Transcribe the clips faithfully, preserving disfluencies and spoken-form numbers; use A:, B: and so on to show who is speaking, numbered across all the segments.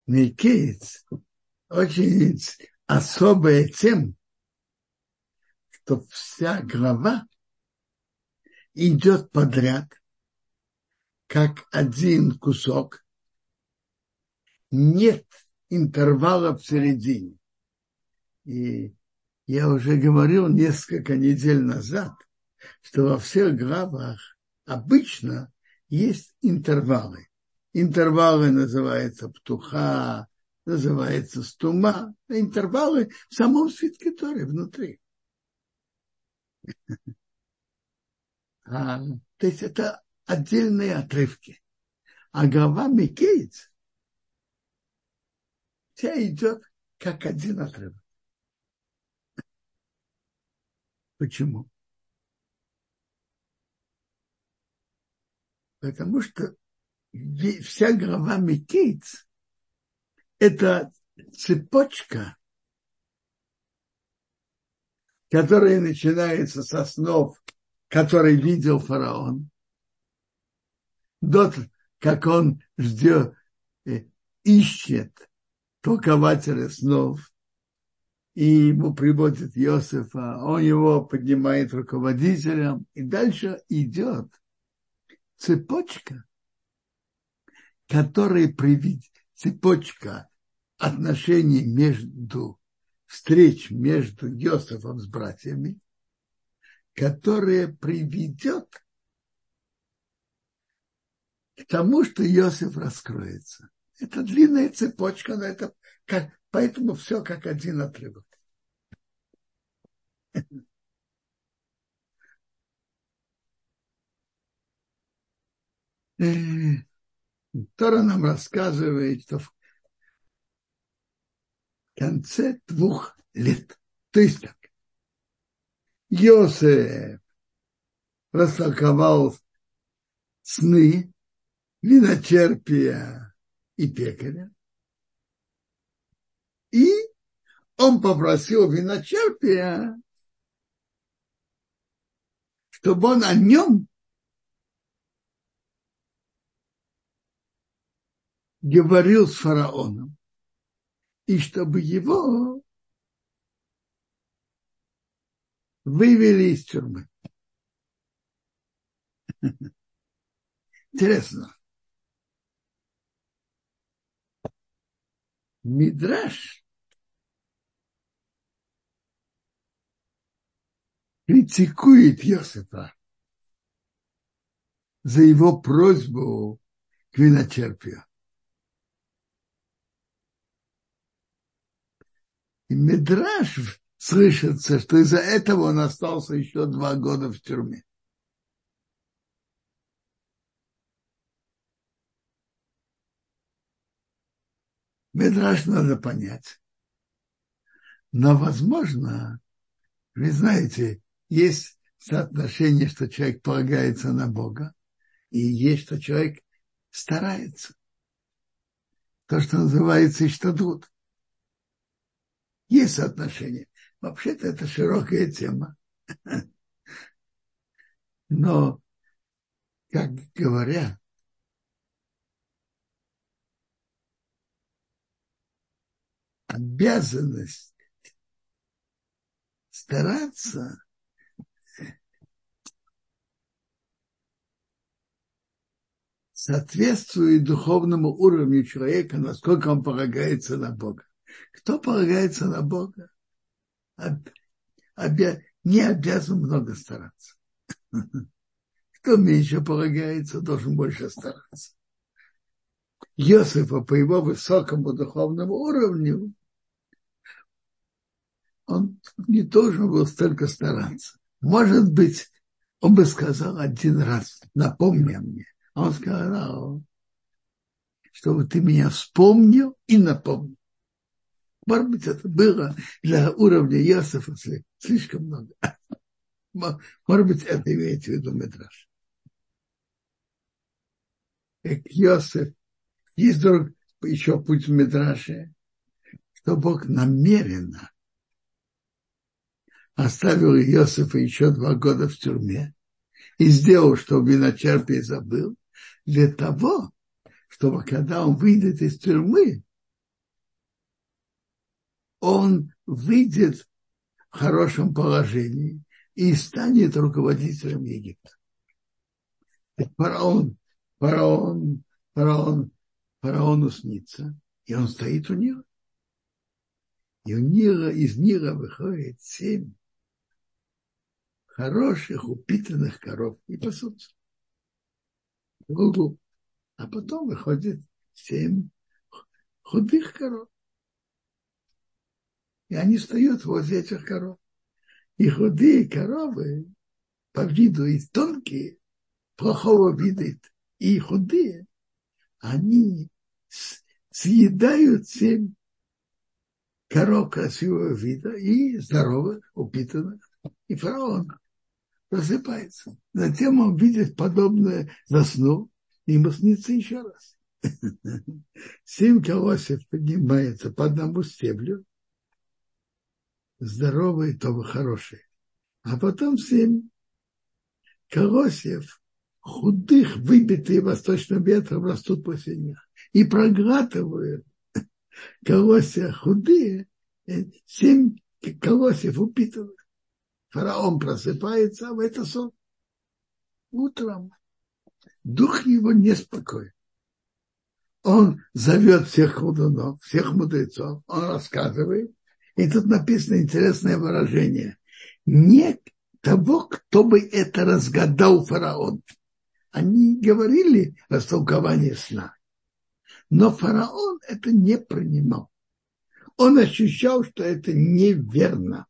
A: Микеец очень особая тем, что вся глава идет подряд, как один кусок, нет интервала в середине. И я уже говорил несколько недель назад, что во всех главах обычно есть интервалы. Интервалы называются птуха, называется стума, а интервалы в самом свитке Торы внутри. А, то есть это отдельные отрывки. А глава Микеец вся идет как один отрывок. Почему? Потому что вся глава Микеец – это цепочка, которая начинается со снов, который видел фараон, до того, как он ждет, ищет толкователя снов, и ему приводит Иосифа, он его поднимает руководителем, и дальше идет цепочка, которая приведет, цепочка отношений между, встреч между Иосифом с братьями, которая приведет к тому, что Иосиф раскроется. Это длинная цепочка, но это как, поэтому все как один отрывок. Тора нам рассказывает, что в конце двух лет, то есть так, Йосеф растолковал сны виночерпия и пекаря, и он попросил виночерпия, чтобы он о нем говорил с фараоном, и чтобы его вывели из тюрьмы. Интересно. Мидраш критикует Йосефа за его просьбу к виночерпию. И Мидраш слышится, что из-за этого он остался еще два года в тюрьме. Мидраш надо понять. Но, возможно, вы знаете, есть соотношение, что человек полагается на Бога, и есть, что человек старается. То, что называется иштадут. Есть соотношение. Вообще-то это широкая тема. Но, как говорят, обязанность стараться соответствует духовному уровню человека, насколько он полагается на Бога. Кто полагается на Бога, обя... не обязан много стараться. Кто меньше полагается, должен больше стараться. Йосифа по его высокому духовному уровню он не должен был столько стараться. Может быть, он бы сказал один раз, напомни мне. А он сказал, чтобы ты меня вспомнил и напомнил. Может быть, это было для уровня Йосифа слишком много. Может быть, это имеется в виду Мидраш. Как Йосиф, есть друг, еще путь в Мидраше, что Бог намеренно оставил Йосифа еще два года в тюрьме и сделал, чтобы виночерпий забыл, для того, чтобы когда он выйдет из тюрьмы, он выйдет в хорошем положении и станет руководителем Египта. Фараон, фараон, фараон, фараону снится, и он стоит у Нила. И у Нила, из Нила выходит семь хороших упитанных коров и пасутся в углу. А потом выходит семь худых коров. И они встают возле этих коров. И худые коровы по виду и тонкие, плохого вида и худые, они съедают семь коров красивого вида и здоровых, упитанных. И фараон просыпается. Затем он видит подобное, заснул, и ему снится еще раз. Семь колосьев поднимается по одному стеблю, здоровые, то хорошие. А потом семь колосьев, худых, выбитые восточным ветром, растут после них. И проглатывают колосья худые, семь колосьев упитанных. Фараон просыпается, а в это сон. Утром дух его неспокоен. Он зовет всех колдунов, всех мудрецов, он рассказывает. И тут написано интересное выражение. Не того, кто бы это разгадал фараон. Они говорили растолкование сна. Но фараон это не принимал. Он ощущал, что это неверно.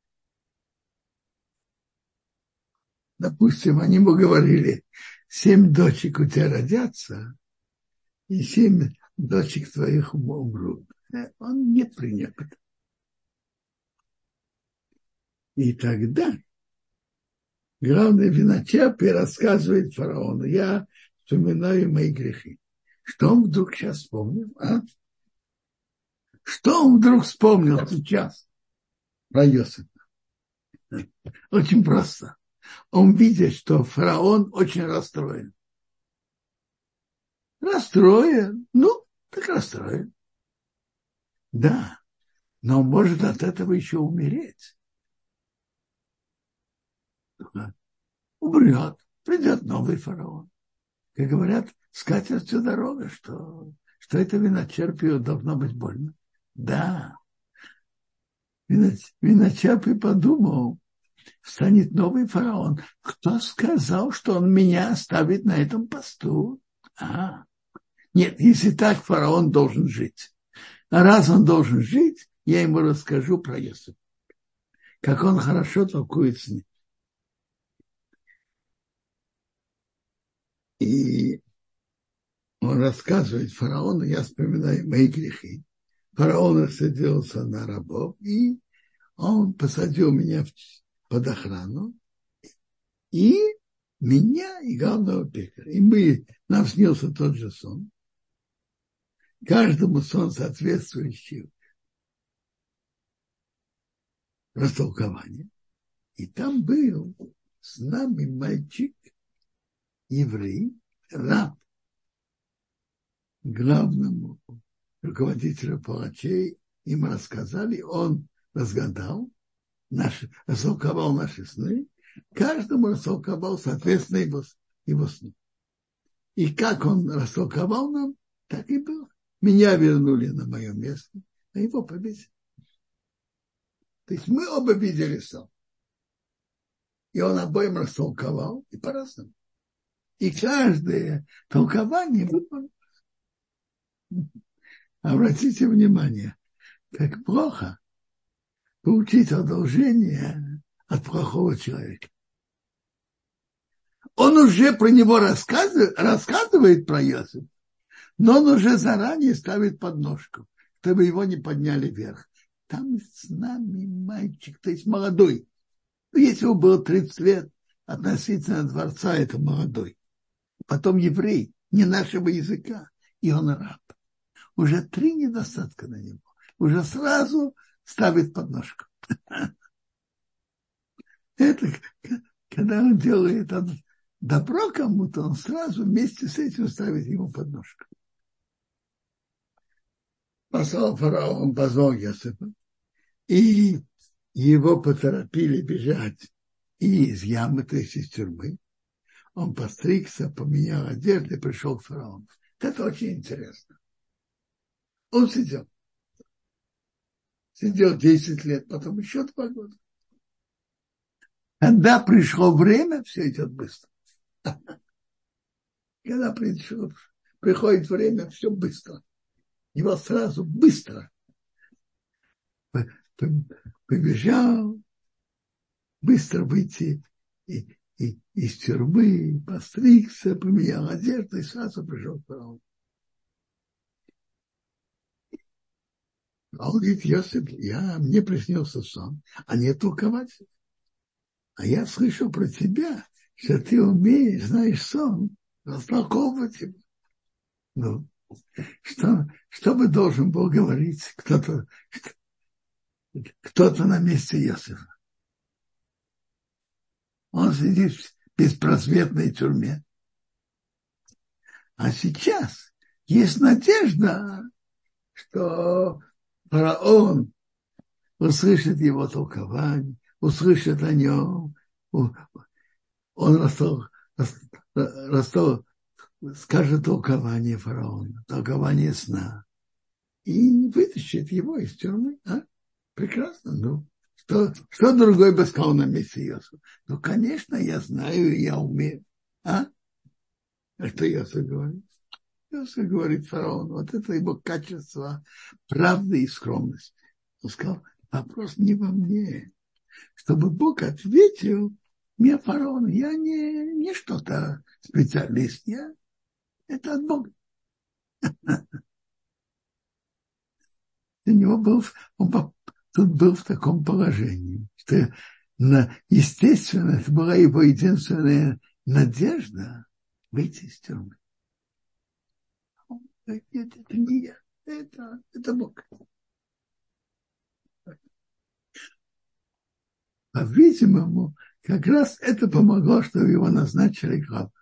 A: Допустим, они ему говорили, семь дочек у тебя родятся, и семь дочек твоих умрут. Он не принял это. И тогда главный виночерпий рассказывает фараону, я вспоминаю мои грехи. Что он вдруг сейчас вспомнил, а? Что он вдруг вспомнил сейчас про Иосифа? Очень просто. Он видит, что фараон очень расстроен. Расстроен? Ну, так расстроен. Да, но он может от этого еще умереть. Умрет, придет новый фараон. Как говорят, скатертью дорога, что, что это виночерпию должно быть больно. Да. Виночерпий подумал, станет новый фараон. Кто сказал, что он меня оставит на этом посту? А, нет, если так, фараон должен жить. А раз он должен жить, я ему расскажу про Иосифа. Как он хорошо толкует сны. И он рассказывает фараону, я вспоминаю мои грехи. Фараон рассадился на рабов, и он посадил меня под охрану, и меня, и главного пекаря. И мы, нам снился тот же сон. Каждому сон соответствующий растолкование. И там был с нами мальчик, еврей, раб главному руководителю палачей. Им рассказали, он разгадал, наши, растолковал наши сны, каждому растолковал соответственно его, его сну. И как он растолковал нам, так и было. Меня вернули на мое место, а его повесили. То есть мы оба видели сон. И он обоим растолковал, и по-разному. И каждое толкование было. Обратите внимание, как плохо получить одолжение от плохого человека. Он уже про него рассказывает, рассказывает про Иосифа, но он уже заранее ставит подножку, чтобы его не подняли вверх. Там с нами мальчик, то есть молодой. Если ему было тридцать лет, относительно дворца, это молодой. Потом еврей, не нашего языка, и он раб. Уже три недостатка на него. Уже сразу ставит подножку. Это когда он делает добро кому-то, он сразу вместе с этим ставит ему подножку. Послал фараон, позвал Иосифа И его поторопили бежать и из ямы, то есть из тюрьмы. Он постригся, поменял одежду и пришел к фараону. Это очень интересно. Он сидел. Сидел десять лет, потом еще два года. Когда пришло время, все идет быстро. Когда пришло, приходит время, все быстро. Его сразу быстро побежал, быстро выйти и, и, из тюрьмы, постригся, поменял одежду и сразу пришел к фараону. А он говорит, Йосиф, я, мне приснился сон, а не толковать. А я слышал про тебя, что ты умеешь, знаешь сон, растолковывать его. Ну, что, что бы должен был говорить кто-то, кто-то на месте Йосифа? Он сидит в беспросветной тюрьме. А сейчас есть надежда, что фараон услышит его толкование, услышит о нем, он растол, растол, скажет толкование фараона, толкование сна, и вытащит его из тюрьмы. А? Прекрасно, ну. Что, что другой бы сказал на месте Йосифа? Ну, конечно, я знаю, я умею. А? А что Йосиф говорит? Йосиф говорит фараону, вот это его качество правды и скромности. Он сказал, вопрос не во мне. Чтобы Бог ответил мне, фараон, я не, не что-то специалист, я это от Бога. У него был, он тут был в таком положении, что, естественно, это была его единственная надежда выйти из тюрьмы. Он говорит, нет, это не я, это, это Бог. По-видимому, как раз это помогло, что его назначили главой.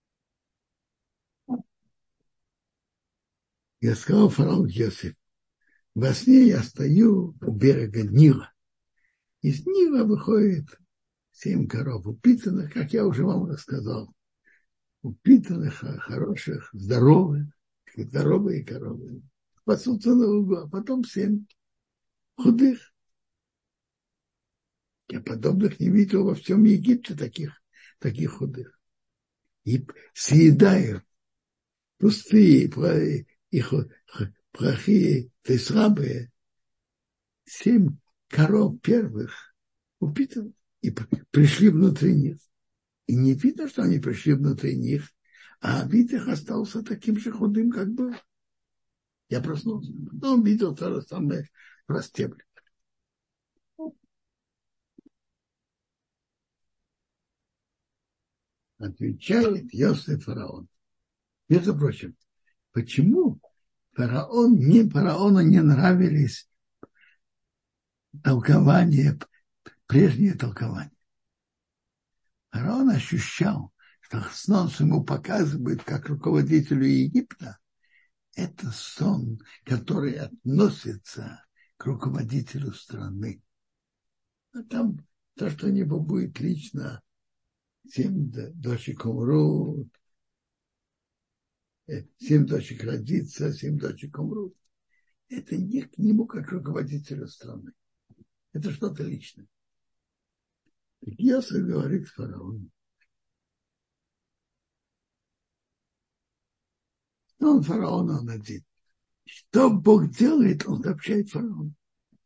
A: Я сказал фараон Йосиф, во сне я стою у берега Нила. Из Нила выходит семь коров упитанных, как я уже вам рассказал. Упитанных, хороших, здоровых, здоровые коровы. Пасутся на лугу, а потом семь худых. Я подобных не видел во всем Египте, таких, таких худых. И съедают пустые и плохие, то есть слабые, семь коров первых упитанных и пришли внутри них. И не видно, что они пришли внутри них, а вид их остался таким же худым, как был. Я проснулся, потом видел то же самое про стебли. Отвечает Йосиф фараон. Между прочим, почему фараон, не, фараону не нравились толкования, прежние толкования? Фараон ощущал, что сон ему показывает, как руководителю Египта, это сон, который относится к руководителю страны. А там то, что у него будет лично, семь дочек умрут, семь дочек родится, семь дочек умрут. Это не к нему, как руководителю страны. Это что-то личное. Так Йосиф говорит фараону. Он фараону он один. Что Бог делает, он сообщает фараону.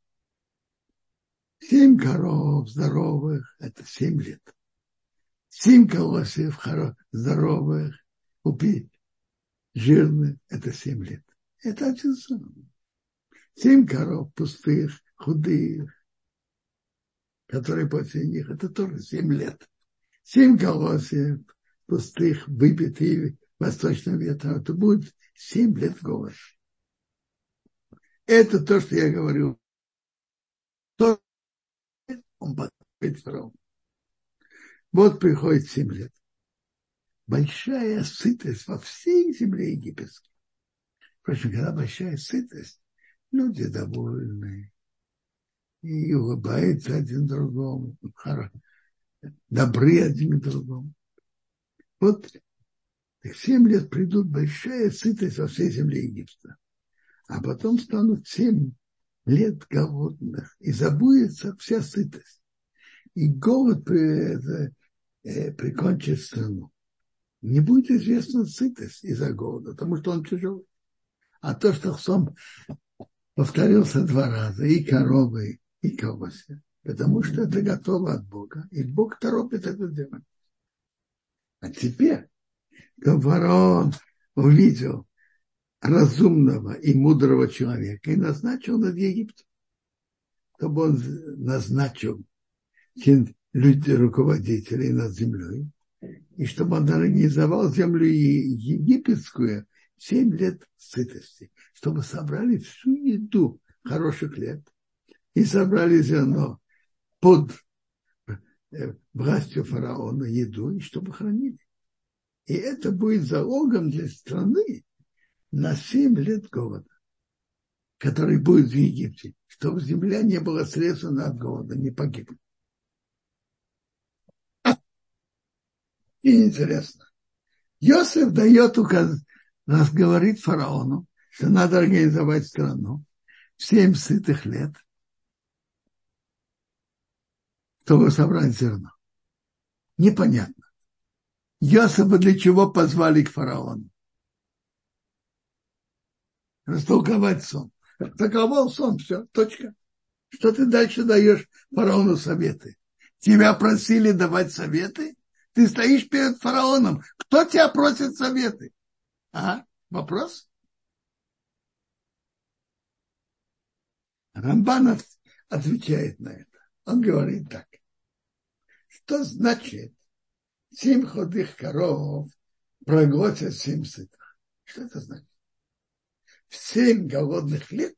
A: Семь коров здоровых – это семь лет. Семь колосьев здоровых, убить жирных – это семь лет. Это один сон. Семь коров пустых, худых, которые после них – это тоже семь лет. Семь колосьев пустых, выбитых восточным ветром – это будет семь лет голода. Это то, что я говорю. То, он подходит фараон. Вот приходит семь лет. Большая сытость во всей земле египетской. Впрочем, когда большая сытость, люди довольны. и улыбаются один другому, добры один к другому. Вот семь лет придут большая сытость во всей земле Египта. А потом станут семь лет голодных, и забудется вся сытость. И голод при, это, э, прикончит страну. Не будет известна сытость из-за голода, потому что он тяжелый. А то, что сон повторился два раза, и коровы, и колбасы, потому что это готово от Бога, и Бог торопит это делать. А теперь, когда фараон увидел разумного и мудрого человека и назначил над Египтом, чтобы он назначил людей, руководителей над землей, и чтобы он организовал землю египетскую семь лет сытости, чтобы собрали всю еду хороших лет и собрали зерно под властью фараона еду, и чтобы хранили. И это будет залогом для страны на семь лет голода, который будет в Египте, чтобы земля не была срезана от голода, не погибла. И интересно, Йосеф дает указ, нас говорит фараону, что надо организовать страну в семь сытых лет, чтобы собрать зерно. Непонятно. Йосефа для чего позвали к фараону? Растолковать сон. Таковал сон, все, точка. Что ты дальше даешь фараону советы? Тебя просили давать советы? Ты стоишь перед фараоном. Кто тебя просит советы? А? Вопрос? Рамбан отвечает на это. Он говорит так. Что значит семь худых коров проглотят семь сытых? Что это значит? В семь голодных лет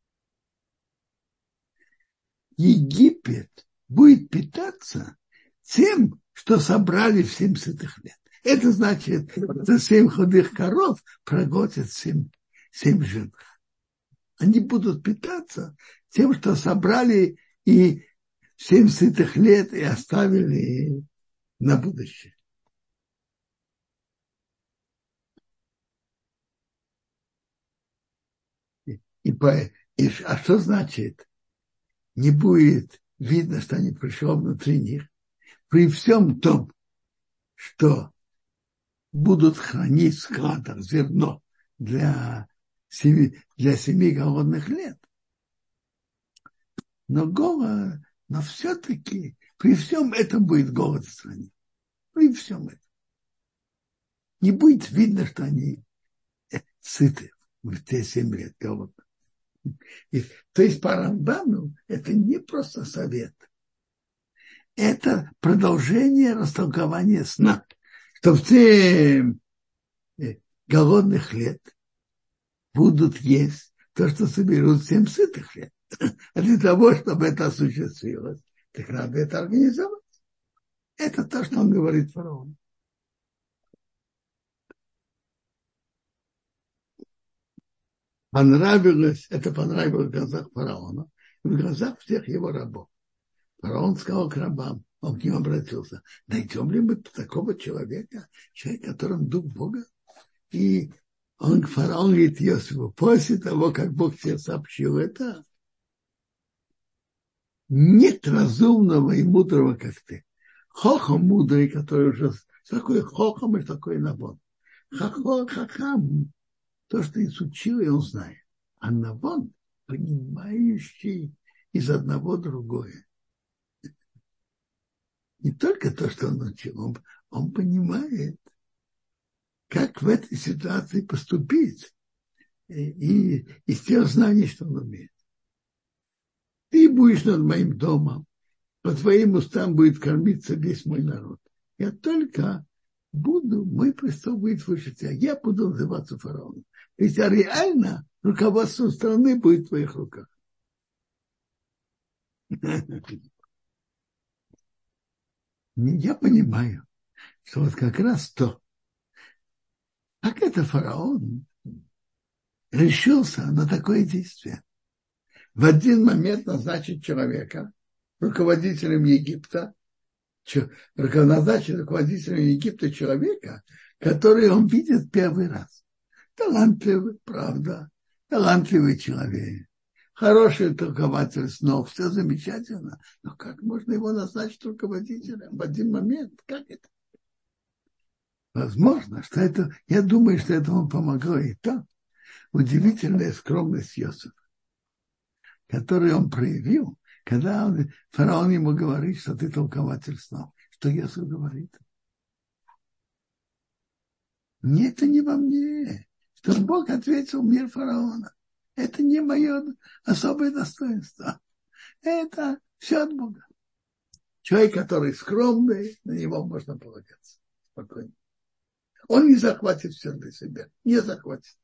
A: Египет будет питаться тем, что собрали в семь сытых лет. Это значит, за семь худых коров проглотят семь, семь жирных. Они будут питаться тем, что собрали и семь сытых лет и оставили на будущее. И, и, и, а что значит? Не будет видно, что они пришло внутри них. При всем том, что будут хранить в складах зерно для семи, для семи голодных лет. Но голод, но все-таки при всем этом будет голод в стране. При всем этом. Не будет видно, что они сыты в те семь лет голодных. И, то есть по Рамбану это не просто совет. Это продолжение растолкования сна. Что в те голодных лет будут есть то, что соберут семь сытых лет. А для того, чтобы это осуществилось, так надо это организовать. Это то, что он говорит фараону. Понравилось, это понравилось в глазах фараона и в глазах всех его рабов. Фараон сказал к рабам, он к ним обратился: найдем ли мы такого человека, человек, которым дух Бога? И он, фараон говорит Йосифу: после того, как Бог тебе сообщил это, нет разумного и мудрого, как ты. Хохам мудрый, который уже... Что такое хохам и что такое навон? Хохо, хахам, то, что изучил, и он знает. А навон, понимающий из одного другое. Не только то, что он учил, он, он понимает, как в этой ситуации поступить, и, и из тех знаний, что он умеет. Ты будешь над моим домом, по твоим устам будет кормиться весь мой народ. Я только буду, мой престол будет выше тебя. Я буду называться фараоном. То есть, а реально руководство страны будет в твоих руках. Я понимаю, что вот как раз то, как это фараон решился на такое действие. в один момент назначить человека руководителем Египта, назначить руководителем Египта человека, который он видит первый раз. Талантливый, правда, талантливый человек, хороший толкователь снов, все замечательно. Но как можно его назначить руководителем в один момент? Как это? Возможно, что это, я думаю, что этому помогло и то, удивительная скромность Иосифа, которую он проявил, когда он, фараон ему говорит, что ты толкователь снов. Что Иосиф говорит? Мне это не во мне, что Бог ответил мир фараона. Это не мое особое достоинство. Это все от Бога. Человек, который скромный, на него можно полагаться. Спокойно. Он не захватит все для себя. Не захватит.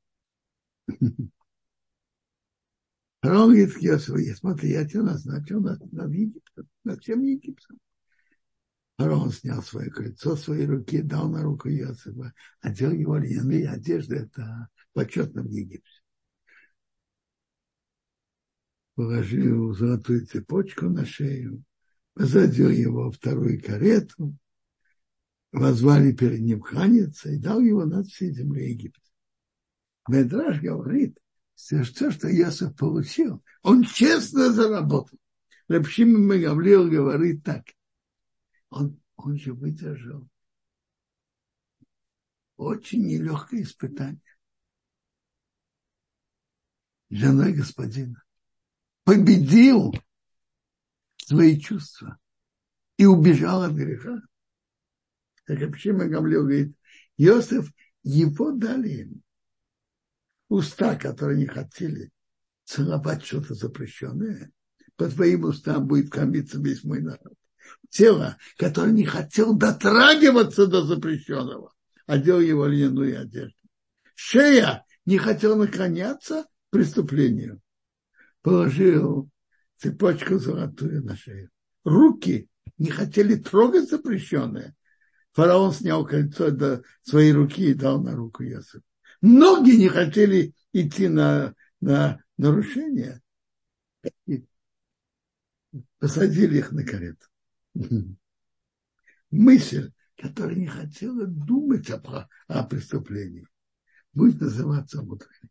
A: Фараон говорит к Иосифу: смотри, я тебя назначил над, над Египтом, над всем Египтом. Фараон снял свое кольцо, свои руки, дал на руку Иосифа, одел его льняные одежды. Это почетно в Египте. Положил золотую цепочку на шею, посадил его в вторую карету, возвали перед ним кланяться и дал его над всей землей Египта. Медраш говорит, что все, что Иосиф получил, он честно заработал. Рав Шимон Гамлиэль говорит так: он, он же выдержал очень нелегкое испытание женой господина. Победил свои чувства и убежал от греха. Так Рав Шимон Гамлиэль говорит, Иосиф, его дали ему уста, которые не хотели целовать что-то запрещенное, по твоим устам будет кормиться весь мой народ. Тело, которое не хотел дотрагиваться до запрещенного, одел его льняную одежду. Шея не хотел наклоняться к преступлению, положил цепочку золотую на шею. Руки не хотели трогать запрещенное. Фараон снял кольцо до своей руки и дал на руку Иосифа. Ноги не хотели идти на, на нарушение. И посадили их на карету. Мысль, которая не хотела думать о, о преступлении, будет называться мудрой.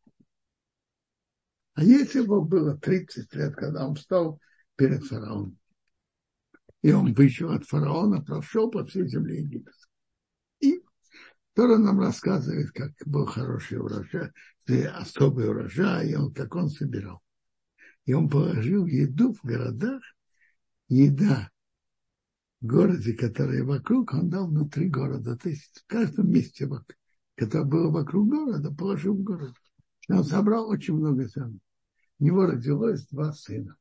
A: А если бы было тридцать лет, когда он встал перед фараоном, и он вышел от фараона, прошел по всей земле египетской. И Тора нам рассказывает, как был хороший урожай, особый урожай, и он, как он собирал. И он положил еду в городах, еда в городе, который вокруг, он дал внутри города. То есть в каждом месте, которое было вокруг города, положил в город. И он собрал очень много зерна. У него родилось два сына.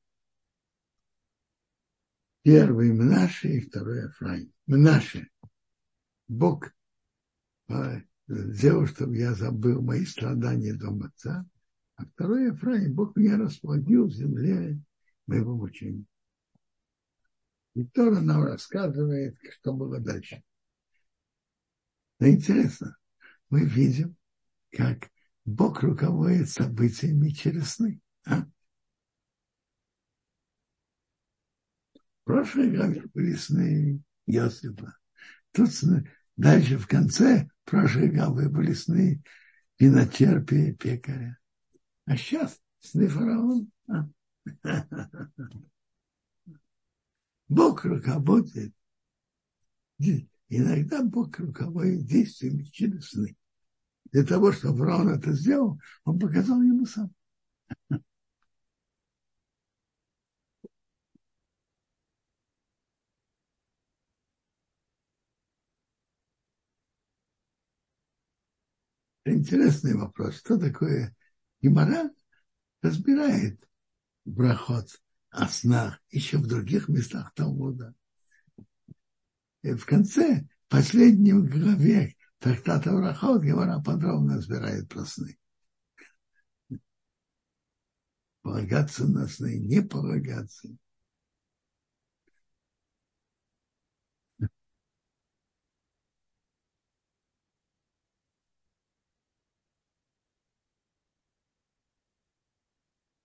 A: Первый Мнаше и второй Ефраим. Мнаше. Бог сделал, чтобы я забыл мои страдания дома отца. А второй Ефраим, Бог меня расплодил в земле моего мучения. И Тора нам рассказывает, что было дальше. Но интересно, мы видим, как Бог руководит событиями через сны. А? В прошлой главе были сны Иосифа. Тут сны, дальше в конце прошлой главы были сны виночерпия и пекаря. А сейчас сны фараона. А? Бог руководит. Иногда Бог руководит действиями через сны. Для того, чтобы фараон это сделал, он показал ему сам. Интересный вопрос. Что такое Гемара разбирает брахот о снах еще в других местах Талмуда. И в конце, в последнем главе трактата брахот, Гемара подробно разбирает про сны. Полагаться на сны, не полагаться.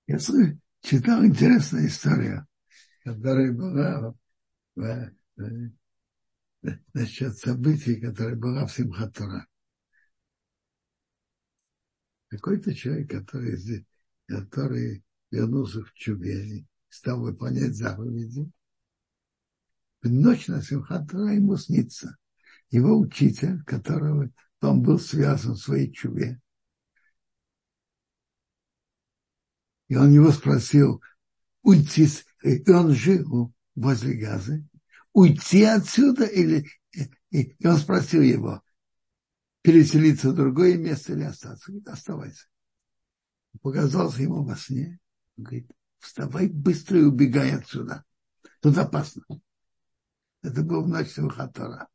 A: Я слышу, читал интересную историю, которая была в, в, насчет событий, которая была в Симхат Тора. Какой-то человек, который, который вернулся в Чубе, стал выполнять заповеди, в ночь на Симхат Тора ему снится его учитель, которого он был связан в своей Чубе. И он его спросил уйти, и он жил возле Газы, уйти отсюда или... И он спросил его, переселиться в другое место или остаться. Он говорит, оставайся. Показался ему во сне. Он говорит, вставай быстро и убегай отсюда. Тут опасно. Это был в ночь Симхат Тора.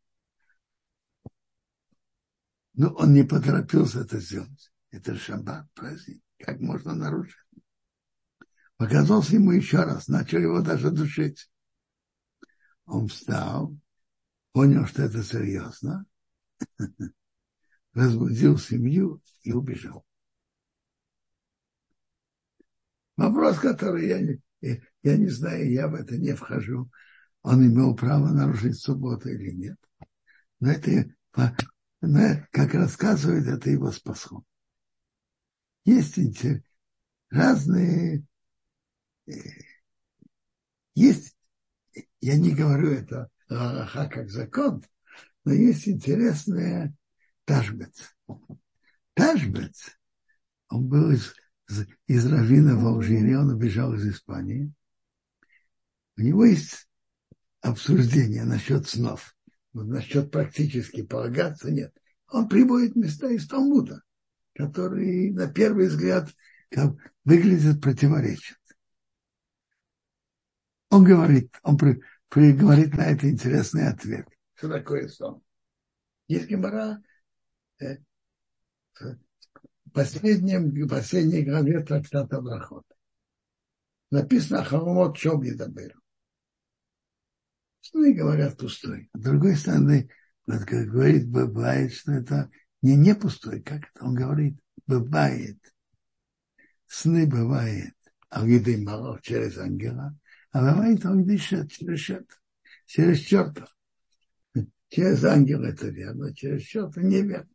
A: Но он не поторопился это сделать. Это шаббат, праздник. Как можно нарушить? Показался ему еще раз, начал его даже душить. Он встал, понял, что это серьезно, разбудил семью и убежал. Вопрос, который я не, я не знаю, я в это не вхожу, он имел право нарушить субботу или нет. Но это, но, как рассказывают, это его спасло. Есть разные, есть, я не говорю это галаха как закон, но есть интересная Ташбец. Ташбец, он был из, из раввина в Алжире, он убежал из Испании. У него есть обсуждение насчет снов. Вот насчет практически полагаться нет. Он приводит места из Талмуда, которые на первый взгляд как, выглядят противоречат. Он говорит, он при, при, говорит на это интересный ответ. Что такое сон? Есть гемара э, в последнем, последней главе трактата Брахот. Написано «Хамот чом едаберу». Сны говорят пустой. С другой стороны, вот как говорит, бывает, что это не не пустой, как это он говорит, бывает. Сны бывает, а виды мало через ангела, а бывает он дышит через черта, через черта. Через ангела это верно, через черта неверно.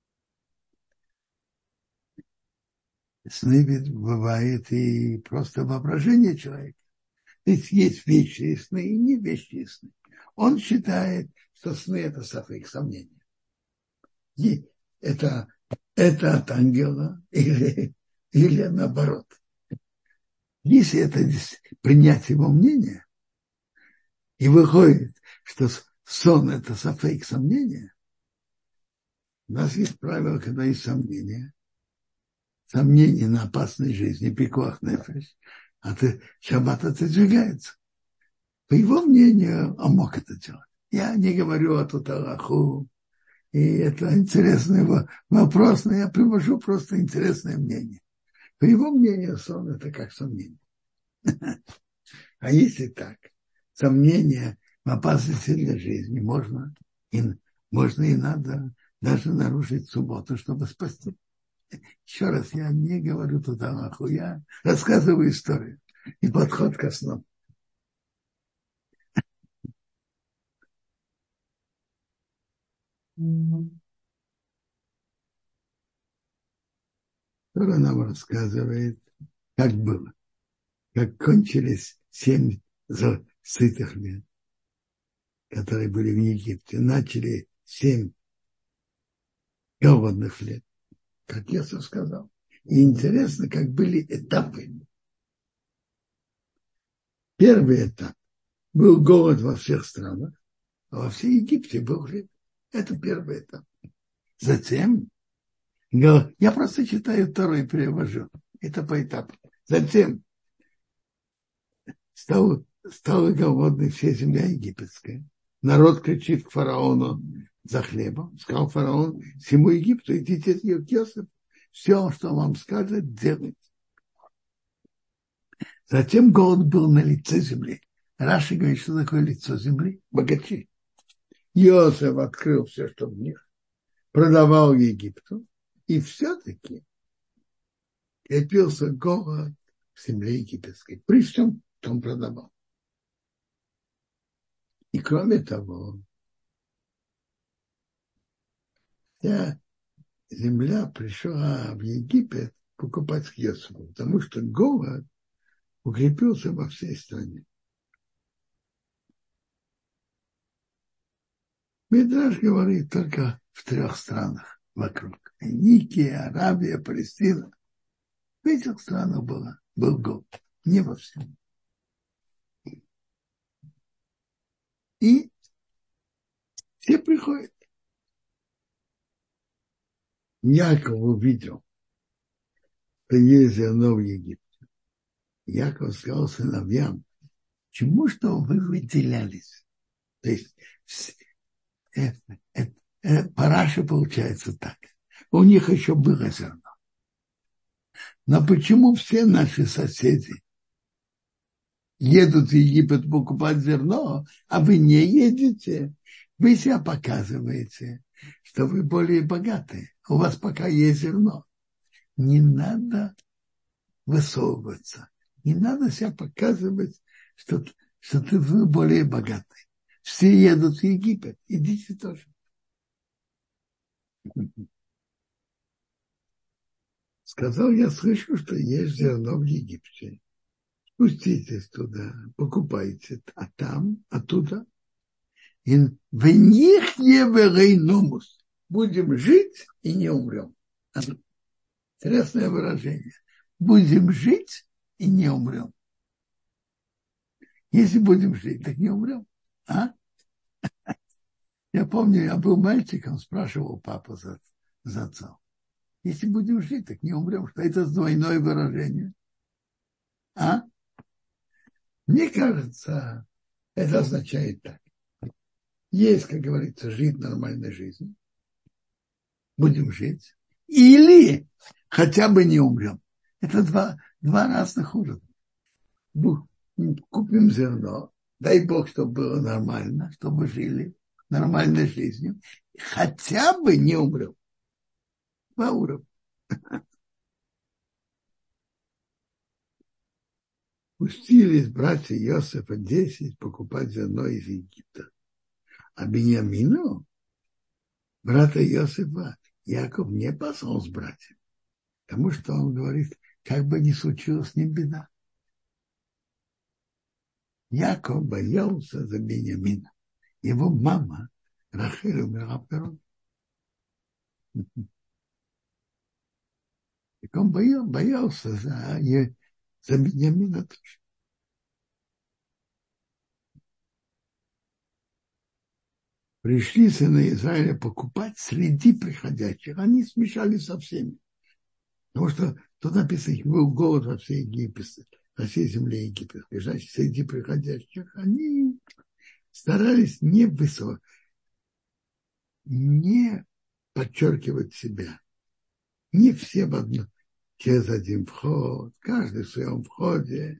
A: Сны ведь бывает и просто воображение человека. Ведь есть вещи сны и не вещи сны. Он считает, что сны это сафик, сомнения. И это, это от ангела или, или наоборот. Если это принять его мнение, и выходит, что сон это сафик, сомнения, у нас есть правило, когда есть сомнения, сомнения на опасной жизни, пикуах нефеш, а ты, шаббат отодвигается. По его мнению, он мог это делать. Я не говорю о Туталаху, и это интересный вопрос, но я привожу просто интересное мнение. По его мнению, сон это как сомнение. А если так, сомнение в опасности для жизни можно и, можно и надо даже нарушить субботу, чтобы спасти. Еще раз, я не говорю тут Аллаху, я рассказываю историю и подход ко сну. Тора нам рассказывает, как было, как кончились семь сытых лет, которые были в Египте, начали семь голодных лет, как Иосиф сказал. И интересно, как были этапы. Первый этап был голод во всех странах, а во всей Египте был хлеб. Это первый этап. Затем, я просто читаю Тору и перевожу. Это по этапу. Затем стала, стала голодной вся земля египетская. Народ кричит к фараону за хлебом. Сказал фараон всему Египту, идите к Йосифу. Все, что он вам скажет, делайте. Затем голод был на лице земли. Раши говорит, что такое лицо земли? Богачи. Йосиф открыл все, что в них, продавал Египту, и все-таки крепился голод в земле египетской. При всем, что он продавал. И кроме того, вся земля пришла в Египет покупать к Йосифу, потому что голод укрепился во всей стране. Мидраш говорит только в трех странах вокруг. Никия, Аравия, Палестина. В этих странах было, был голод, не во всем. И все приходят. Яков увидел, что есть зерно в Египте. Яков сказал сыновьям, чему что вы выделялись? То есть э, э, э, по Раши получается так. У них еще было зерно. Но почему все наши соседи едут в Египет покупать зерно, а вы не едете? Вы себя показываете, что вы более богатые. У вас пока есть зерно. Не надо высовываться. Не надо себя показывать, что, что ты вы более богатый. Все едут в Египет. Идите тоже. Сказал, я слышу, что есть зерно в Египте. Спуститесь туда, покупайте. А там, оттуда. И в них еврейномус. Будем жить и не умрем. Интересное выражение. Будем жить и не умрем. Если будем жить, так не умрем. А? Я помню, я был мальчиком, спрашивал папу за, за отцом. Если будем жить, так не умрем. Что это двойное выражение? А? Мне кажется, это означает так. Есть, как говорится, жить нормальной жизнью. Будем жить. Или хотя бы не умрем. Это два, два разных уровня. Купим зерно. Дай Бог, чтобы было нормально, чтобы жили нормальной жизнью. Хотя бы не умрем. Два уровня. Пустились братья Иосифа десять покупать зерно из Египта. А Биньямину, брата Иосифа, Яков не послал с братьями. Потому что он говорит, как бы ни случилось с ним беда. Яков боялся за Биньямина. Его мама Рахель умерла в дороге. Так он боял, боялся за, за Биньямина тоже. Пришли сыны Израиля покупать среди приходящих. Они смешались со всеми. Потому что тут написано, был голод во всей Египте, во всей земле египетской. Значит, среди приходящих они старались не высоко, не подчеркивать себя. Не все в одно, через один вход, каждый в своем входе.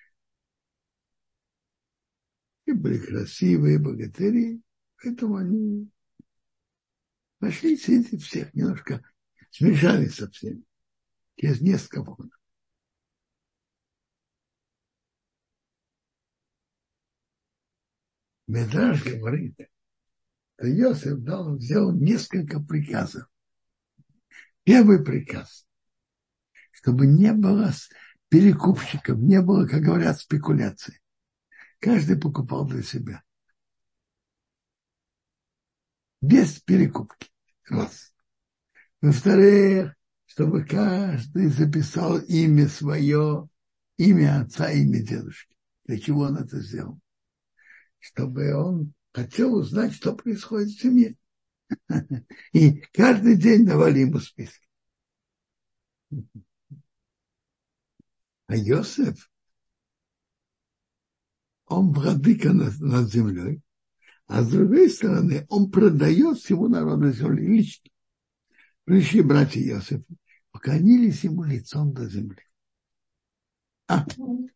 A: И были красивые богатыри, поэтому они пошли среди всех, немножко смешались со всеми, через несколько входов. Медраш говорит, что Иосиф дал, сделал несколько приказов. Первый приказ, чтобы не было перекупщиков, не было, как говорят, спекуляций. Каждый покупал для себя. Без перекупки. Раз. Во-вторых, чтобы каждый записал имя свое, имя отца, имя дедушки. Для чего он это сделал? Чтобы он хотел узнать, что происходит в семье. И каждый день давали ему списки. А Йосеф, он владыка над, над землей, а с другой стороны, он продает всему народу земли лично. Пришли братья Йосефа, поклонились ему лицом до земли. А.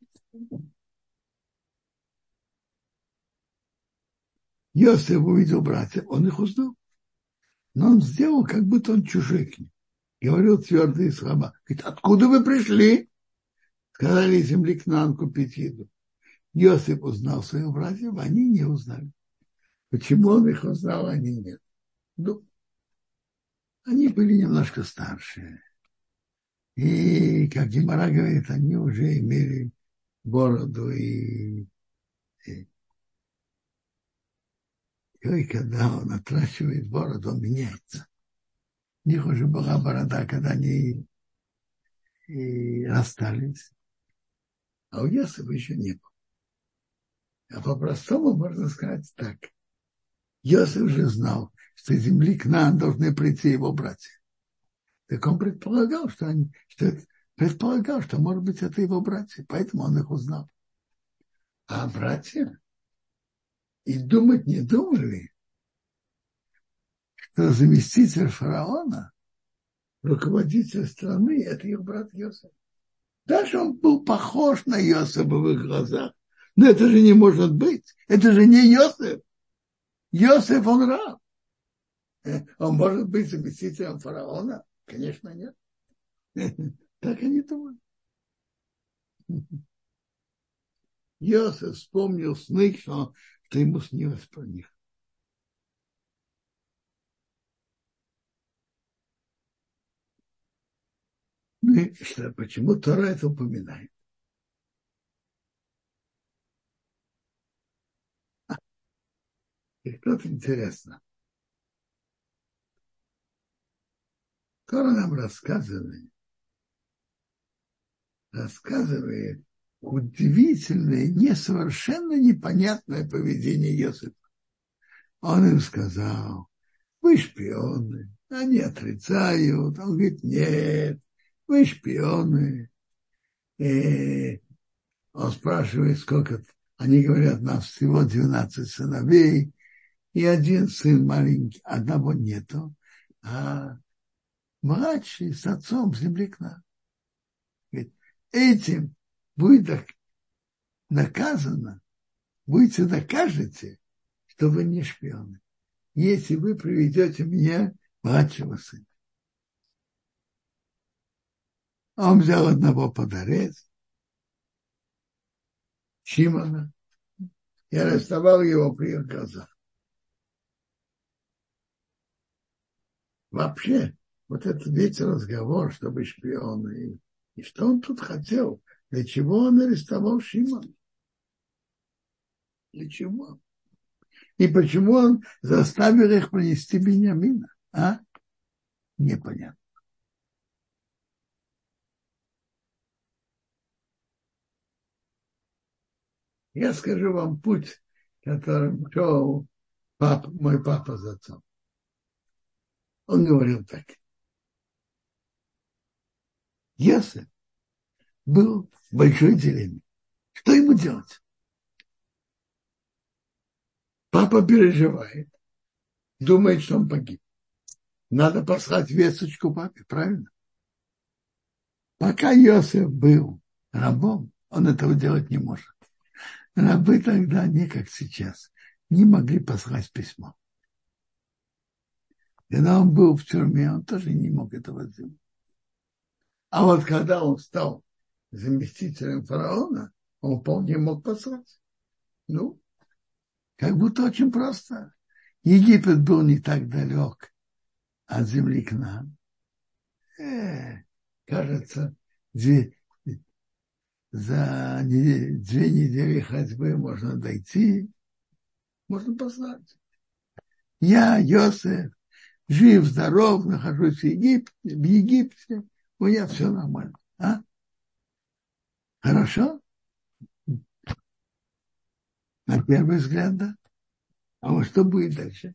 A: Йосеф увидел братьев, он их узнал. Но он сделал, как будто он чужой к ним. Говорил твердые слова. Говорит, откуда вы пришли? сказали земли к нам купить еду. Иосиф узнал своих братьев, они не узнали. Почему он их узнал, они нет. Ну, они были немножко старше. И, как Гемара говорит, они уже имели бороду. И, и, и когда он отращивает бороду, он меняется. У них уже была борода, когда они и расстались. А у Иосифа еще не было. А по-простому можно сказать так. Иосиф уже знал, что из земли к нам должны прийти его братья. Так он предполагал, что, они, что это, предполагал, что, может быть, это его братья, поэтому он их узнал. А братья и думать не думали, что заместитель фараона, руководитель страны, это их брат Иосиф. Даже он был похож на Иосифа в их глазах. Но это же не может быть. Это же не Иосиф. Иосиф, он раб. Он может быть заместителем фараона? Конечно, нет. Так они думают. Иосиф вспомнил сны, что, что ему снилось про них. Ну и что, почему Тора это упоминает? И кто-то интересно. Тора нам рассказывает, рассказывает удивительное, несовершенно непонятное поведение Иосифа. Он им сказал: вы шпионы. Они отрицают. Он говорит: нет, вы шпионы. И он спрашивает, сколько. Они говорят: нас всего двенадцать сыновей, и один сын маленький, одного нету, а младший с отцом в земле к нам. Говорит, этим будет наказано, будете докажете, что вы не шпионы, если вы приведете мне младшего сына. Он взял одного под арест, Шимона, и арестовал его при их глазах. Вообще, вот этот весь разговор, чтобы шпионы, и, и что он тут хотел, для чего он арестовал Шимона? Для чего? И почему он заставил их принести Биньямина? А? Непонятно. Я скажу вам путь, которым шел папа, мой папа с отцом. Он говорил так. Йосеф был в большой деревне. Что ему делать? Папа переживает, думает, что он погиб. Надо послать весточку папе, правильно? Пока Йосеф был рабом, он этого делать не может. Рабы тогда, не как сейчас, не могли послать письмо. Когда он был в тюрьме, он тоже не мог этого сделать. А вот когда он стал заместителем фараона, он вполне мог послать. Ну, как будто очень просто. Египет был не так далек от земли к нам. Э, кажется, две, за две, две недели ходьбы можно дойти, можно послать. Я, Йосеф, жив, здоров, нахожусь в Египте, в Египте, у меня все нормально. А? Хорошо? На первый взгляд, да. А вот что будет дальше?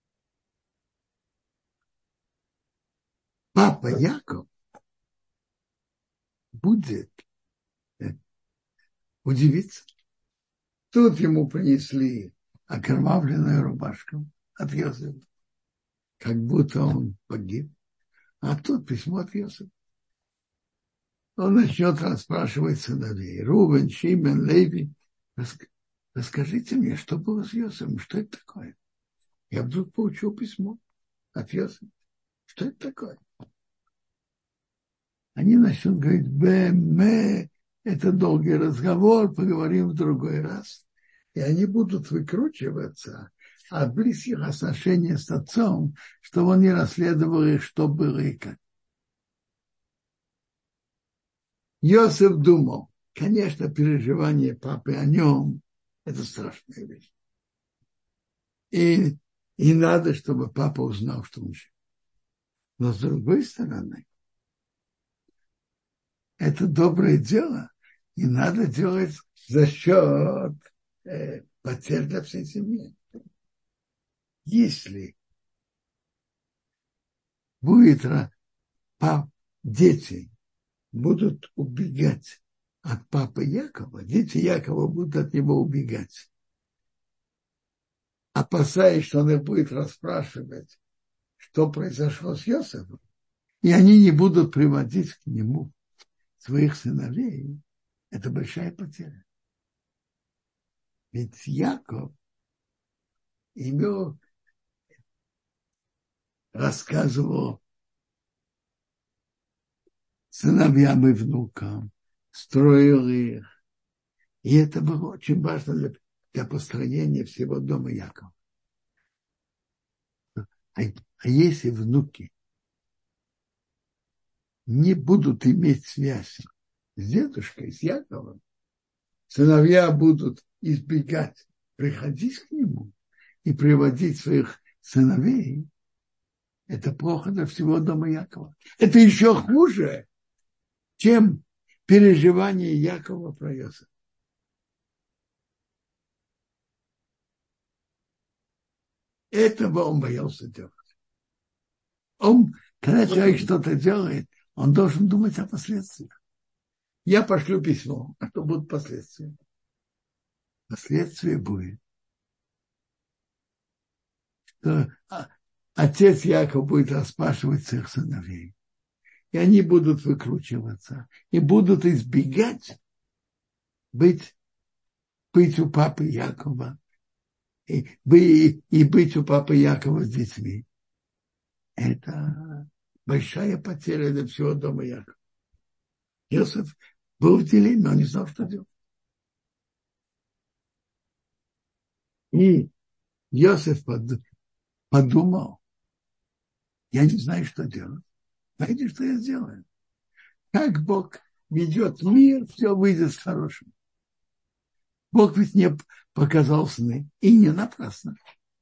A: Папа Яков будет удивиться. Тут ему принесли окровавленную рубашку от Йосифа, как будто он погиб. А тут письмо от Йосифа. Он начнет расспрашивать сыновей. Рувен, Шимен, Леви. Расскажите мне, что было с Йосифом, что это такое? Я вдруг получил письмо от Йосифа. Что это такое? Они начнут говорить: Б, М, это долгий разговор, поговорим в другой раз. И они будут выкручиваться от близких отношений с отцом, чтобы он не расследовал их, что было и как. Йосеф думал, конечно, переживание папы о нем – это страшная вещь. И, и надо, чтобы папа узнал, что он жив. Но с другой стороны, это доброе дело, и надо делать за счет э, потерь для всей семьи. Если будет пап, дети будут убегать от папы Якова, дети Якова будут от него убегать, опасаясь, что он их будет расспрашивать, что произошло с Йосефом, и они не будут приводить к нему своих сыновей, это большая потеря. Ведь Яков имел, рассказывал сыновьям и внукам, строил их. И это было очень важно для, для построения всего дома Якова. А, а если внуки не будут иметь связь с дедушкой, с Яковом, сыновья будут избегать приходить к нему и приводить своих сыновей, это плохо для всего дома Якова. Это еще хуже, чем переживание Якова про Йосефа. Этого он боялся делать. Он, когда человек что-то делает, он должен думать о последствиях. Я пошлю письмо, а что будут последствия? Последствия будет, что отец Яков будет расспрашивать своих сыновей, и они будут выкручиваться, и будут избегать быть, быть у папы Якова, и, и, и быть у папы Якова с детьми. Это большая потеря для всего дома Якова. Йосеф был в деле, но не знал, что делать. И Йосеф подумал, я не знаю, что делать. Знаете, что я сделаю? Как Бог ведет мир, все выйдет хорошим. Бог ведь не показал сны, и не напрасно.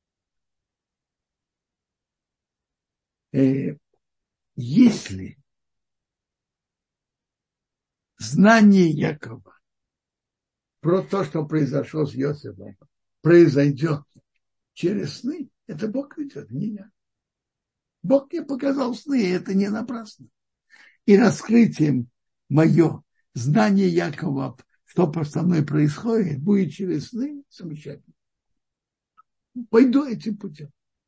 A: Э, если знание Якова про то, что произошло с Йосефом, произойдет через сны, это Бог ведет, не я. Бог мне показал сны, и это не напрасно. И раскрытием мое знание Якова, что со мной происходит, будет через сны, замечательно. Пойду этим путем.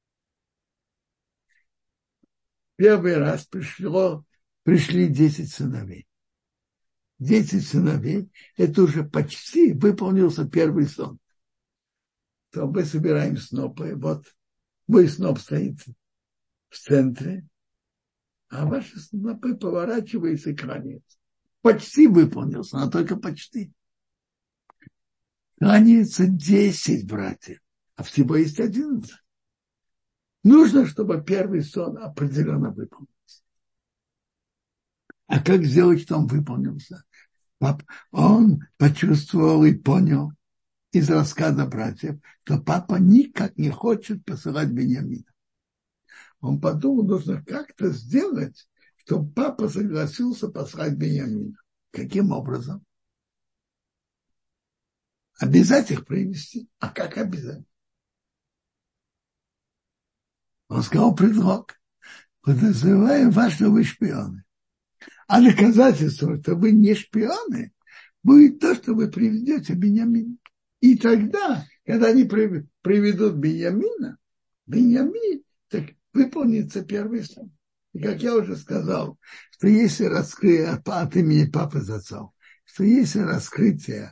A: Первый раз пришло, пришли десять сыновей. Десять сыновей, это уже почти выполнился первый сон. То мы собираем снопы. Вот мой сноп стоит в центре, а ваши снопы поворачиваются и кланяются. Почти выполнился, но только почти. Кланяется десять братьев, а всего есть одиннадцать. Нужно, чтобы первый сон определенно выполнился. А как сделать, что он выполнился? Он почувствовал и понял из рассказа братьев, что папа никак не хочет посылать Беньямина. Он подумал, нужно как-то сделать, чтобы папа согласился послать Беньямина. Каким образом? Обязать их привести. А как обязать? Он сказал предлог. Подозреваем вас, что вы шпионы. А доказательство, что вы не шпионы, будет то, что вы приведете Беньямина. И тогда, когда они приведут Беньямина, Беньямин, так выполнится первый сон. И как я уже сказал, что если раскрытие от имени папы с отцом, что если раскрытие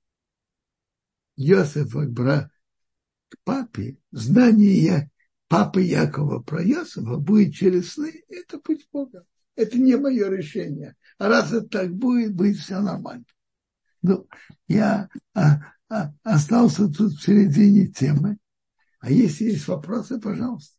A: Йосефа к папе, знание папы Якова про Йосефа будет через сны, это путь Бога. Это не мое решение. А раз это так будет, будет все нормально. Ну, я а, а, остался тут в середине темы. А если есть вопросы, пожалуйста.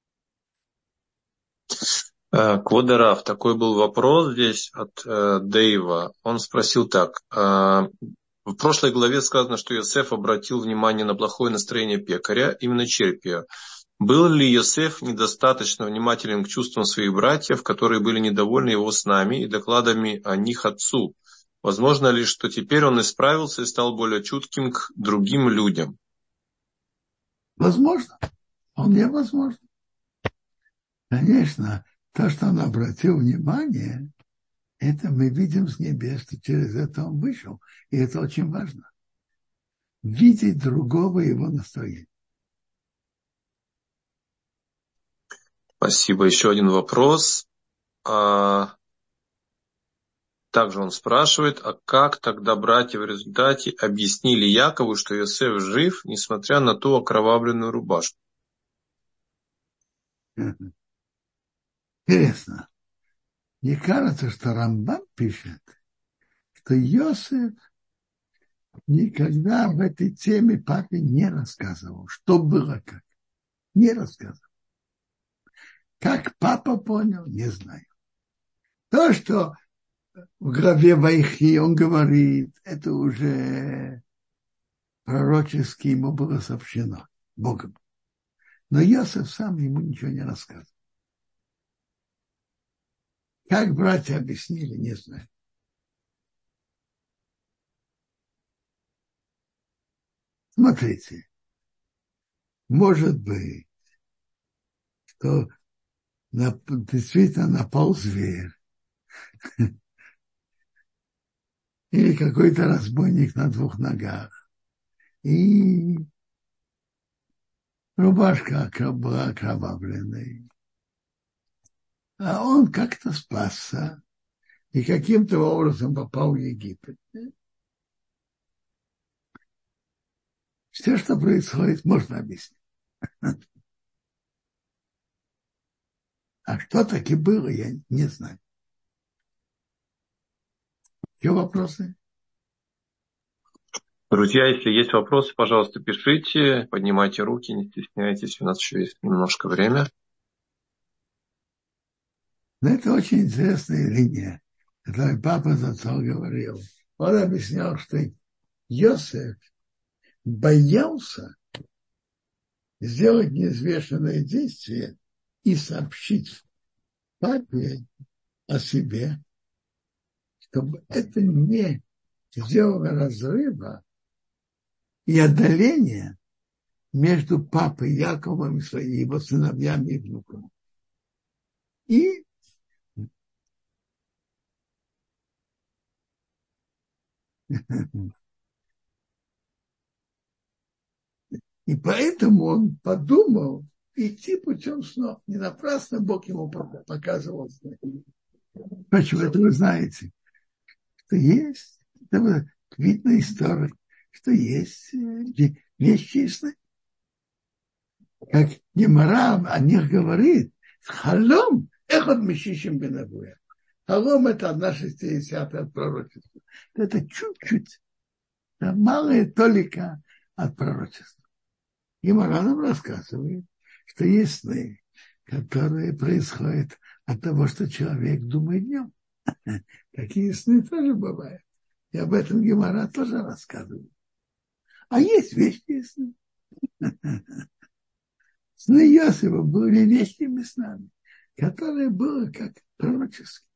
B: Квода Рав, такой был вопрос здесь от э, Дэйва. Он спросил так. Э, в прошлой главе сказано, что Йосеф обратил внимание на плохое настроение пекаря, именно черпия. Был ли Йосеф недостаточно внимателен к чувствам своих братьев, которые были недовольны его снами и докладами о них отцу? Возможно ли, что теперь он исправился и стал более чутким к другим людям?
A: Возможно. Вполне возможно. Конечно, то, что он обратил внимание, это мы видим с небес, что через это он вышел. И это очень важно. Видеть другого его настроения.
B: Спасибо. Еще один вопрос. А, также он спрашивает, а как тогда братья в результате объяснили Якову, что Йосеф жив, несмотря на ту окровавленную рубашку?
A: Интересно. Мне кажется, что Рамбам пишет, что Йосеф никогда об этой теме папе не рассказывал, что было как. Не рассказывал. Как папа понял, не знаю. То, что в главе Вайхи он говорит, это уже пророчески ему было сообщено Богом. Но Йосеф сам ему ничего не рассказывал. Как братья объяснили, не знаю. Смотрите, может быть, что действительно напал зверь, или какой-то разбойник на двух ногах, и рубашка была окровавленной. А он как-то спасся и каким-то образом попал в Египет. Все, что происходит, можно объяснить. А что таки было, я не знаю. Еще вопросы?
B: Друзья, если есть вопросы, пожалуйста, пишите, поднимайте руки, не стесняйтесь, у нас еще есть немножко времени.
A: Но это очень интересная линия, которую папа зацал говорил. Он объяснял, что Йосеф боялся сделать неизвестное действие и сообщить папе о себе, чтобы это не сделало разрыва и отдаления между папой Яковом и его сыновьями и внуками. И И поэтому он подумал идти путем снов. Не напрасно Бог ему показывал сны. Почему? Это вы знаете, что есть, это видно история, что есть вещи и сны. Как Гемара о них говорит, халом эхот мишишим бенавуя. Халом это одна шестидесятая от пророчества. Это чуть-чуть, малая толика от пророчества. Гемара нам рассказывает, что есть сны, которые происходят от того, что человек думает днем. Такие сны тоже бывают. И об этом Гемара тоже рассказывает. А есть вещи сны. Сны Йосифа были вещими снами, которые были как пророческие.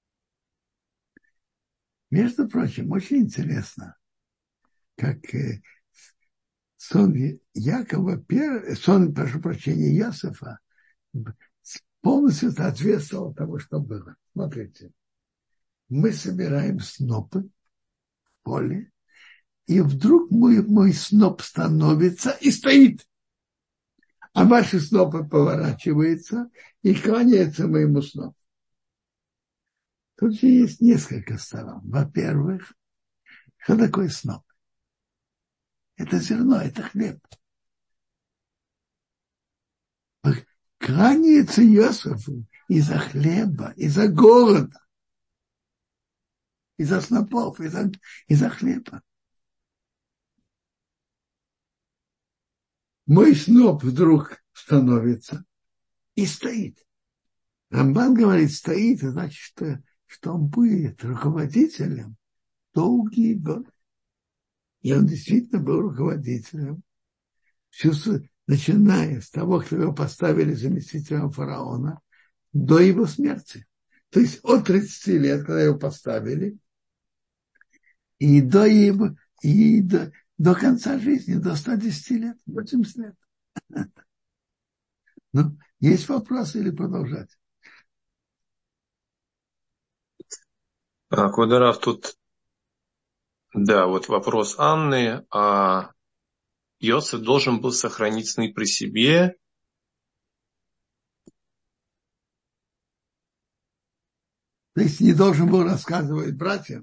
A: Между прочим, очень интересно, как сон Якова, сон, прошу прощения, Йосифа полностью соответствовал тому, что было. Смотрите, мы собираем снопы в поле, и вдруг мой, мой сноп становится и стоит, а ваши снопы поворачиваются и кланяются моему снопу. Тут же есть несколько сторон. Во-первых, что такое сноп? Это зерно, это хлеб. Кланяется Йосифу из-за хлеба, из-за голода. из-за снопов, из-за, из-за хлеба. Мой сноп вдруг становится и стоит. Рамбан говорит, стоит, это значит, что, что он будет руководителем долгие годы. И он действительно был руководителем. Всю, начиная с того, кто его поставили заместителем фараона, до его смерти. То есть от тридцати лет, когда его поставили, и до его, и до, до конца жизни, до ста десяти лет, восемьдесят лет. Ну, есть вопросы или продолжать?
B: А, Квадарав, тут, да, вот вопрос Анны. А Иосиф должен был сохранить сны при себе.
A: То есть не должен был рассказывать братьям?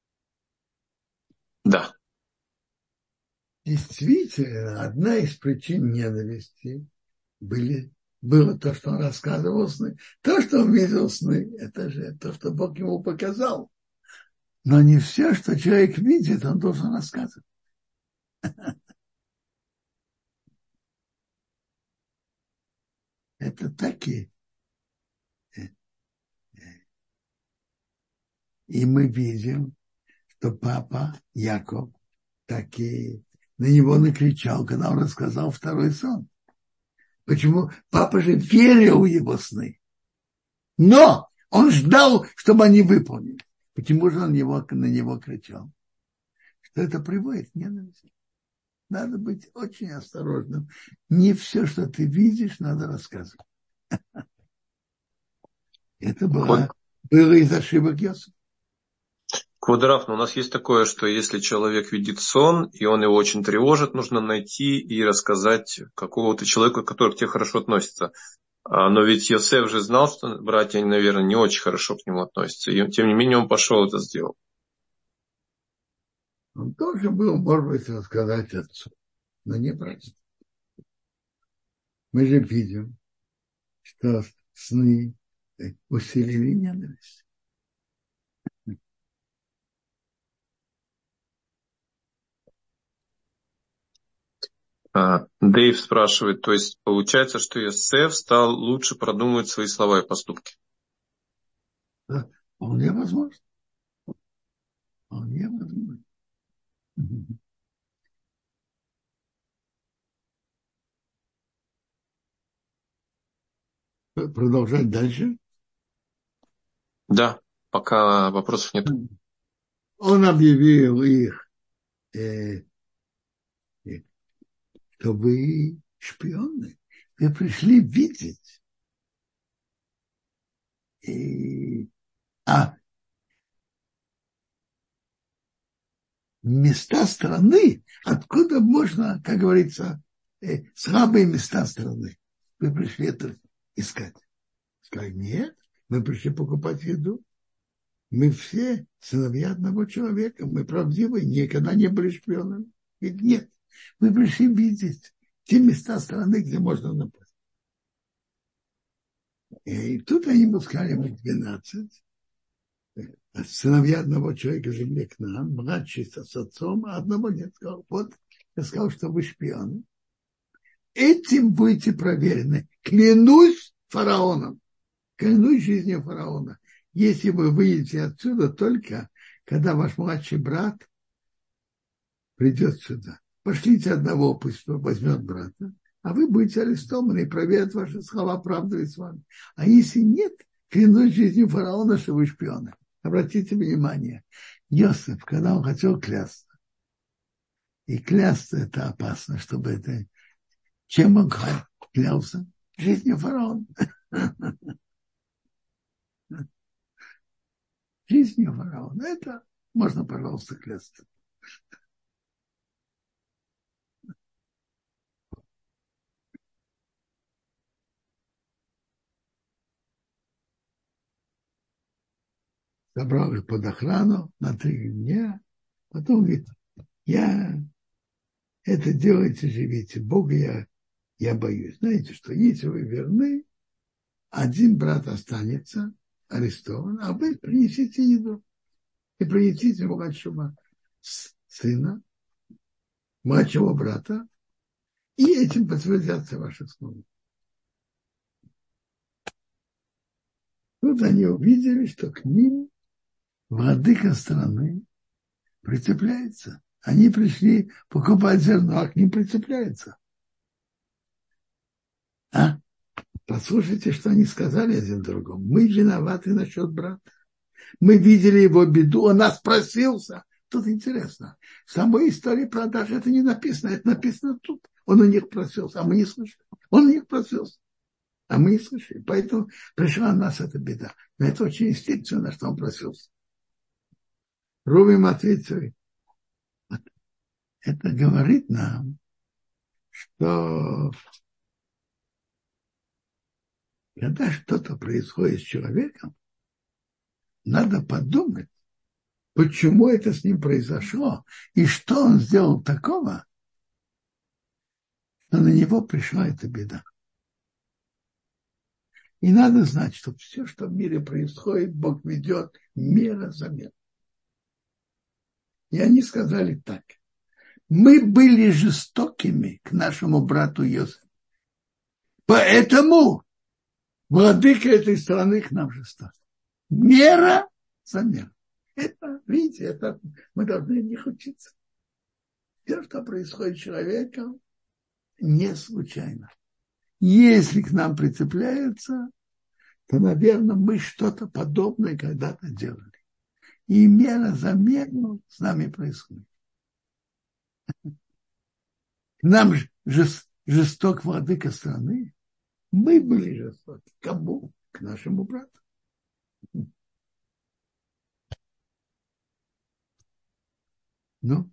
B: Да.
A: Действительно, одна из причин ненависти были, было то, что он рассказывал сны. То, что он видел сны, это же то, что Бог ему показал. Но не все, что человек видит, он должен рассказывать. Это таки. И мы видим, что папа Яков таки на него накричал, когда он рассказал второй сон. Почему? Папа же верил в его сны. Но он ждал, чтобы они выполнили. Почему же он его, на него кричал? Что это приводит к ненависти. Надо быть очень осторожным. Не все, что ты видишь, надо рассказывать. Это было, было из ошибок Йосифа.
B: Квадрат, но у нас есть такое, что если человек видит сон, и он его очень тревожит, нужно найти и рассказать какого-то человека, который к тебе хорошо относится. Но ведь Йосеф же знал, что братья, наверное, не очень хорошо к нему относятся. И тем не менее он пошел это сделал.
A: Он тоже был, может быть, рассказать отцу, но не братьям. Мы же видим, что сны усилили ненависть.
B: Дэйв спрашивает, то есть получается, что Йосеф стал лучше продумывать свои слова и поступки?
A: Да, вполне возможно. Вполне возможно. Продолжать дальше?
B: Да, пока вопросов нет.
A: Он объявил их, э, что вы шпионы. Вы пришли видеть. И, а места страны, откуда можно, как говорится, э, слабые места страны. Вы пришли это искать. Сказали, нет, мы пришли покупать еду. Мы все сыновья одного человека, мы правдивые, никогда не были шпионами. Ведь нет, мы пришли видеть те места страны, где можно напасть. И тут они ему сказали, мы двенадцать. Сыновья одного человека земли к нам, младший с отцом, а одного нет. Сказал, вот, я сказал, что вы шпионы. Этим будете проверены. Клянусь фараоном. Клянусь жизнью фараона. Если вы выйдете отсюда только, когда ваш младший брат придет сюда. Пошлите одного, пусть возьмет брата, а вы будете арестованы и проверят ваши слова, правду ли с вами. А если нет, клянусь жизнью фараона, что вы шпионы. Обратите внимание, Йосеф, когда он хотел клясться, и клясться это опасно, чтобы это... Чем он клялся? Жизнью фараона. Жизнью фараона. Это можно, пожалуйста, клясться. Забрал их под охрану на три дня. Потом говорит, я это делайте, живите. Бога я, я боюсь. Знаете что, если вы верны, один брат останется арестован, а вы принесите еду. и принесите младшего сына, младшего брата, и этим подтвердятся ваши слова. Тут они увидели, что к ним владыка страны прицепляется. Они пришли покупать зерно, а к ним прицепляется. А? Послушайте, что они сказали один другому. Мы виноваты насчет брата. Мы видели его беду, он нас просился. Тут интересно. В самой истории продажи это не написано, это написано тут. Он у них просился, а мы не слышали. Он у них просился, а мы не слышали. Поэтому пришла на нас эта беда. Но это очень естественно, что он просился. Рувим ответил, это говорит нам, что когда что-то происходит с человеком, надо подумать, почему это с ним произошло, и что он сделал такого, что на него пришла эта беда. И надо знать, что все, что в мире происходит, Бог ведет мера за мерой. И они сказали так. Мы были жестокими к нашему брату Йосефу. Поэтому владыка этой страны к нам жесток. Мера за мерой. Это, видите, это мы должны не учиться. Все, что происходит с человеком, не случайно. Если к нам прицепляются, то, наверное, мы что-то подобное когда-то делали. И мера за меру с нами происходит. К нам жесток владыка страны. Мы были жестоки. Кому? К нашему брату. Ну?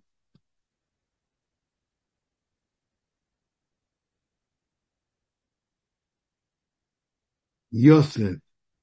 A: Йосеф.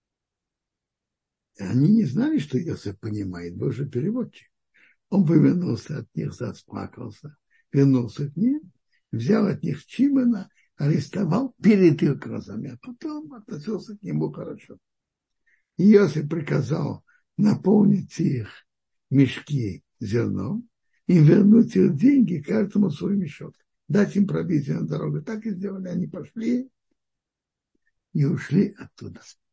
A: Они не знали, что Йосеф понимает, был же переводчик. Он повернулся от них, засплакался, вернулся к ним, взял от них Чимона, арестовал перед их глазами, а потом относился к нему хорошо. И Йосеф приказал наполнить их мешки зерном и вернуть их деньги, каждому свой мешок, дать им провизию на дорогу. Так и сделали. Они пошли и ушли оттуда.